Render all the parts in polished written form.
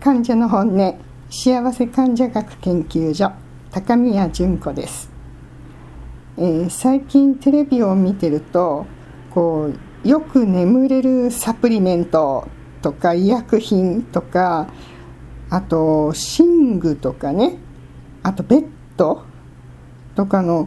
患者の本音、幸せ患者学研究所、高宮純子です。最近テレビを見てるとよく眠れるサプリメントとか医薬品とか、あと寝具とかね、あとベッドとかの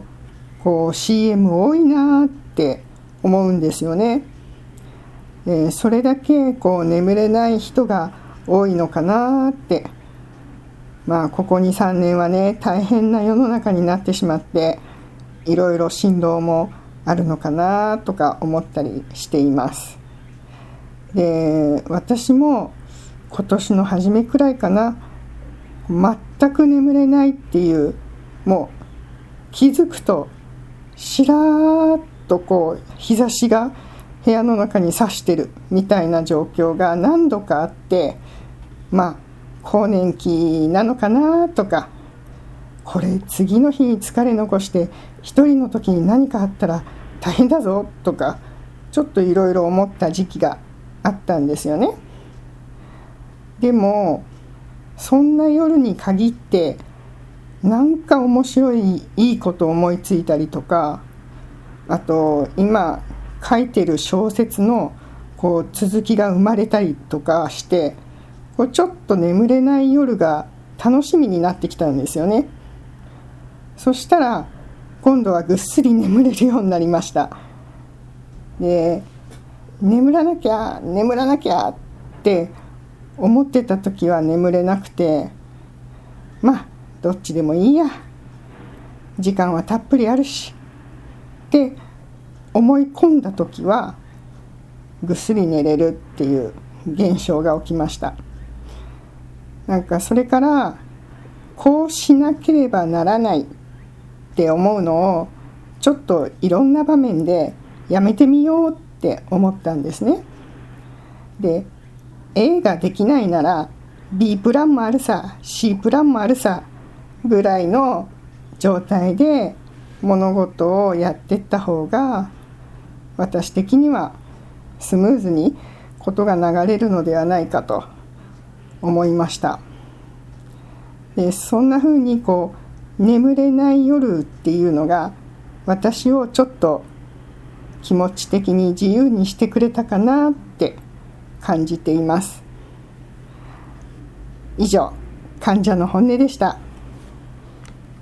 CM 多いなって思うんですよね。それだけ眠れない人が多いのかなって。ここ 2,3 年はね、大変な世の中になってしまって、いろいろ振動もあるのかなとか思ったりしています。で、私も今年の初めくらいかな、全く眠れないっていう、もう気づくとしらーっと日差しが部屋の中に差してるみたいな状況が何度かあって、更年期なのかなとか、これ次の日に疲れ残して一人の時に何かあったら大変だぞとか、ちょっといろいろ思った時期があったんですよね。でもそんな夜に限ってなんか面白いいいこと思いついたりとか、あと今書いてる小説の続きが生まれたりとかして、ちょっと眠れない夜が楽しみになってきたんですよね。そしたら今度はぐっすり眠れるようになりました。で、眠らなきゃって思ってた時は眠れなくて、どっちでもいいや、時間はたっぷりあるしって思い込んだ時はぐっすり寝れるっていう現象が起きました。それからこうしなければならないって思うのをちょっといろんな場面でやめてみようって思ったんですね。で、A ができないなら B プランもあるさ、 C プランもあるさぐらいの状態で物事をやっていった方が私的にはスムーズにことが流れるのではないかと思いました。で、そんな風に眠れない夜っていうのが私をちょっと気持ち的に自由にしてくれたかなって感じています。以上、患者の本音でした。